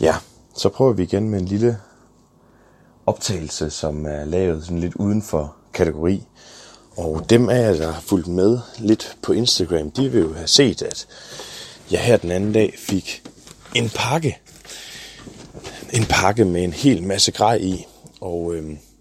Ja, så prøver vi igen med en lille optagelse, som er lavet sådan lidt uden for kategori. Og dem af jer, der har fulgt med lidt på Instagram, de vil jo have set, at jeg her den anden dag fik en pakke. En pakke med en hel masse grej i. Og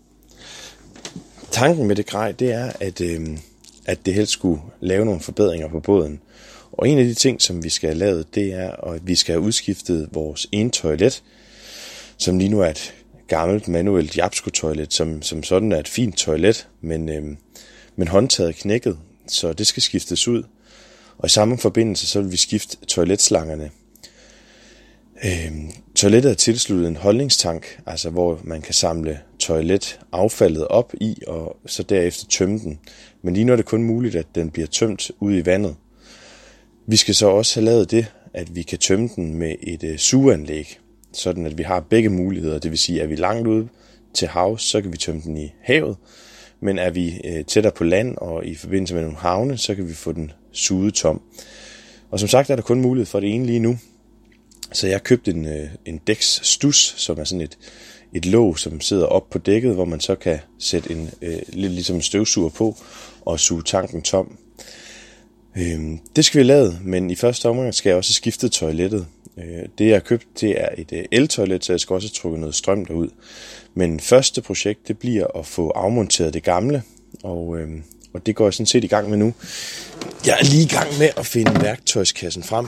tanken med det grej, det er, at det helst skulle lave nogle forbedringer på båden. Og en af de ting, som vi skal have lavet, det er, at vi skal have udskiftet vores ene toilet, som lige nu er et gammelt manuelt Japsko-toilet, som sådan er et fint toilet, men håndtaget er knækket, så det skal skiftes ud. Og i samme forbindelse, så vil vi skifte toiletslangerne. Toilettet er tilsluttet en holdningstank, altså hvor man kan samle toiletaffaldet op i, og så derefter tømme den. Men lige nu er det kun muligt, at den bliver tømt ud i vandet. Vi skal så også have lavet det, at vi kan tømme den med et sugeanlæg, sådan at vi har begge muligheder. Det vil sige, at vi langt ude til havs, så kan vi tømme den i havet. Men er vi tættere på land og i forbindelse med nogle havne, så kan vi få den suget tom. Og som sagt er der kun mulighed for det ene lige nu. Så jeg købte en dæksstus, som er sådan et låg, som sidder op på dækket, hvor man så kan sætte lidt ligesom en støvsuger på og suge tanken tom. Det skal vi lave, men i første omgang skal jeg også skifte toilettet. Det jeg har købt, det er et el-toilet, så jeg skal også trukke noget strøm derud. Men første projekt, det bliver at få afmonteret det gamle, og det går jeg sådan set i gang med nu. Jeg er lige i gang med at finde værktøjskassen frem.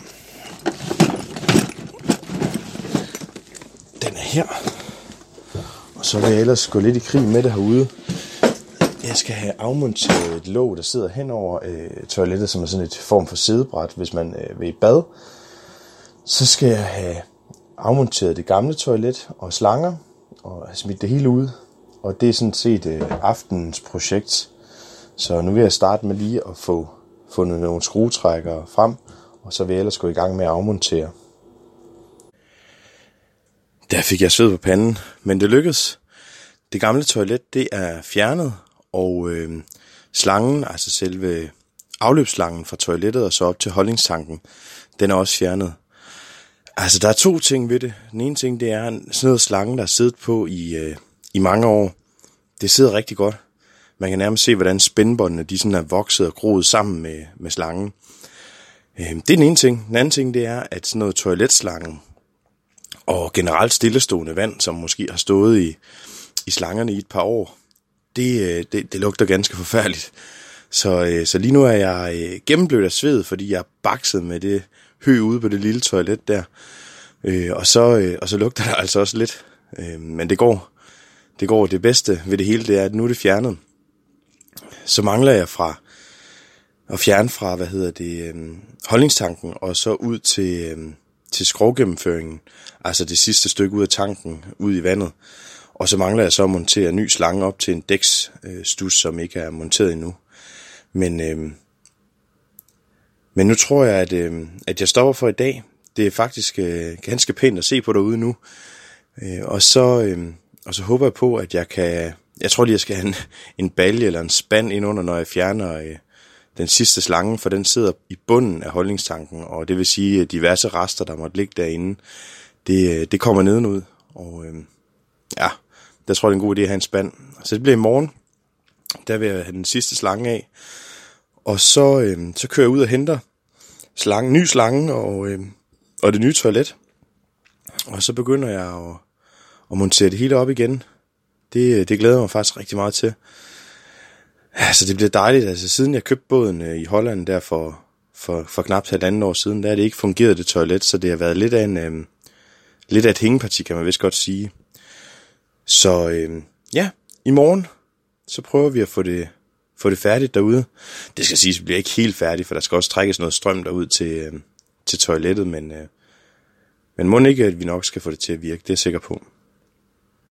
Den er her. Og så vil jeg ellers gå lidt i krig med det herude. Jeg skal have afmonteret et låg, der sidder hen over toilettet, som er sådan et form for sædebræt, hvis man vil i bad. Så skal jeg have afmonteret det gamle toilet og slanger, og have smidt det hele ud. Og det er sådan set aftenens projekt. Så nu vil jeg starte med lige at få fundet nogle skruetrækkere frem, og så vil jeg ellers gå i gang med at afmontere. Der fik jeg sved på panden, men det lykkedes. Det gamle toilet, det er fjernet, og slangen, altså selve afløbsslangen fra toilettet og så op til holdningstanken, den er også fjernet. Altså der er to ting ved det. Den ene ting, det er sådan noget slange, der er siddet på i mange år. Det sidder rigtig godt. Man kan nærmest se, hvordan spændbåndene de sådan er vokset og groet sammen med slangen. Det er den ene ting. Den anden ting, det er, at sådan noget toiletslangen og generelt stillestående vand, som måske har stået i slangerne i et par år, det lugter ganske forfærdeligt. Så lige nu er jeg gennemblødt af sved, fordi jeg er bakset med det hø ude på det lille toilet der. Og så lugter der altså også lidt. Men det går. Det bedste ved det hele, det er, at nu er det fjernet. Så mangler jeg at fjerne fra, holdningstanken, og så ud til skroggennemføringen. Altså det sidste stykke ud af tanken, ud i vandet. Og så mangler jeg så at montere en ny slange op til en dæksstus, som ikke er monteret endnu. Men nu tror jeg, at jeg stopper for i dag. Det er faktisk ganske pænt at se på derude nu. Og så håber jeg på, at jeg tror lige, jeg skal have en balje eller en spand ind under, når jeg fjerner den sidste slange, for den sidder i bunden af holdningstanken, og det vil sige, at diverse rester, der måtte ligge derinde, det kommer nedenud. Og der tror jeg, det er en god idé at have en spand. Så det bliver i morgen. Der vil jeg have den sidste slange af. Og så kører jeg ud og henter ny slange og det nye toilet. Og så begynder jeg at montere det hele op igen. Det glæder jeg mig faktisk rigtig meget til. Altså det bliver dejligt. Altså siden jeg købte båden i Holland der for knap 1,5 år siden, der er det ikke fungeret det toilet, så det har været lidt af et hængeparti, kan man vist godt sige. Så i morgen, så prøver vi at få det færdigt derude. Det skal siges, at det bliver ikke helt færdigt, for der skal også trækkes noget strøm derud til toilettet, men må ikke, at vi nok skal få det til at virke, det er jeg sikker på.